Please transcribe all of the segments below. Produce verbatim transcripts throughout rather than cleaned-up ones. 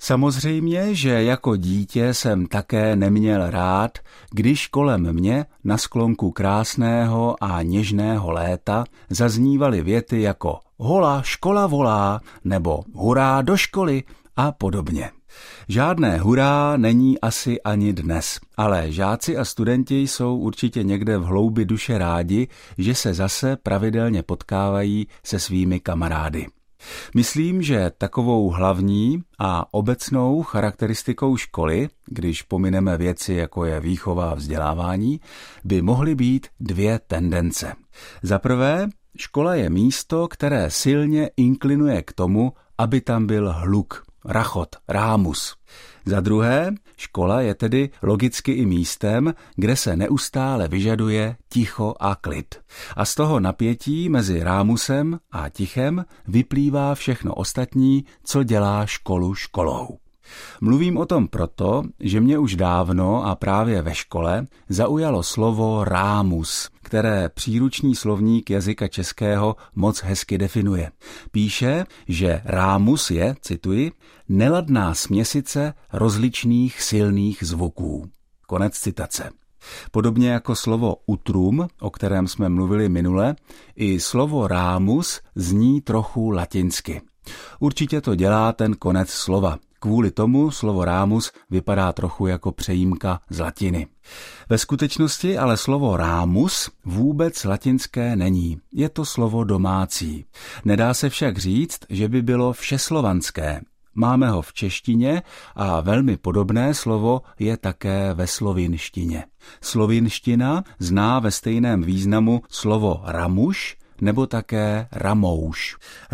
Samozřejmě, že jako dítě jsem také neměl rád, když kolem mě na sklonku krásného a něžného léta zaznívaly věty jako hola, škola volá nebo hurá do školy a podobně. Žádné hurá není asi ani dnes, ale žáci a studenti jsou určitě někde v hloubi duše rádi, že se zase pravidelně potkávají se svými kamarády. Myslím, že takovou hlavní a obecnou charakteristikou školy, když pomineme věci, jako je výchova a vzdělávání, by mohly být dvě tendence. Za prvé, škola je místo, které silně inklinuje k tomu, aby tam byl hluk, rachot, rámus. Za druhé, škola je tedy logicky i místem, kde se neustále vyžaduje ticho a klid. A z toho napětí mezi rámusem a tichem vyplývá všechno ostatní, co dělá školu školou. Mluvím o tom proto, že mě už dávno a právě ve škole zaujalo slovo rámus, které příruční slovník jazyka českého moc hezky definuje. Píše, že rámus je, cituji, neladná směsice rozličných silných zvuků. Konec citace. Podobně jako slovo utrum, o kterém jsme mluvili minule, i slovo rámus zní trochu latinsky. Určitě to dělá ten konec slova. Kvůli tomu slovo rámus vypadá trochu jako přejímka z latiny. Ve skutečnosti ale slovo rámus vůbec latinské není. Je to slovo domácí. Nedá se však říct, že by bylo všeslovanské. Máme ho v češtině a velmi podobné slovo je také ve slovinštině. Slovinština zná ve stejném významu slovo ramuš nebo také ramouš.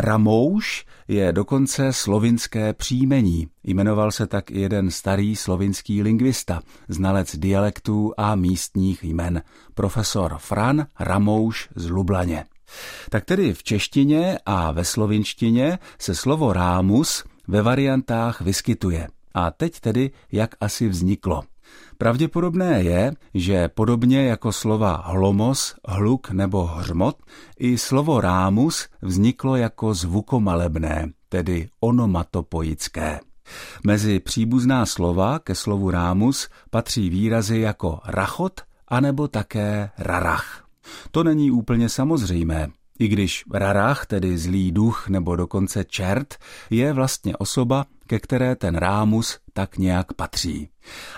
Ramouš je dokonce slovinské příjmení. Jmenoval se tak i jeden starý slovinský lingvista, znalec dialektů a místních jmen, profesor Fran Ramouš z Lublaně. Tak tedy v češtině a ve slovinštině se slovo rámus ve variantách vyskytuje. A teď tedy, jak asi vzniklo. Pravděpodobné je, že podobně jako slova hlomos, hluk nebo hřmot, i slovo rámus vzniklo jako zvukomalebné, tedy onomatopoické. Mezi příbuzná slova ke slovu rámus patří výrazy jako rachot anebo také rarach. To není úplně samozřejmé, i když rarach, tedy zlý duch nebo dokonce čert, je vlastně osoba, ke které ten rámus tak nějak patří.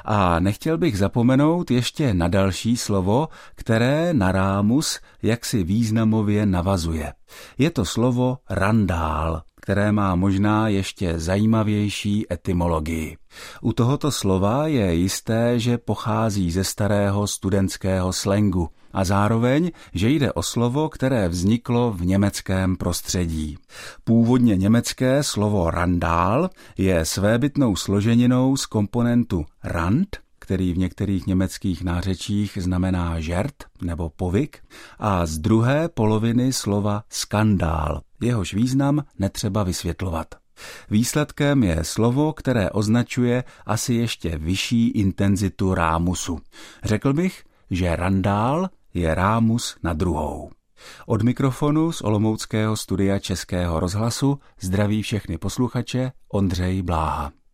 A nechtěl bych zapomenout ještě na další slovo, které na rámus jaksi významově navazuje. Je to slovo randál, které má možná ještě zajímavější etymologii. U tohoto slova je jisté, že pochází ze starého studentského slangu a zároveň, že jde o slovo, které vzniklo v německém prostředí. Původně německé slovo randál je svébytnou složeninou z komponentu rand, který v některých německých nářečích znamená žert nebo povyk, a z druhé poloviny slova skandál. Jehož význam netřeba vysvětlovat. Výsledkem je slovo, které označuje asi ještě vyšší intenzitu rámusu. Řekl bych, že randál je rámus na druhou. Od mikrofonu z olomouckého studia Českého rozhlasu zdraví všechny posluchače Ondřej Bláha.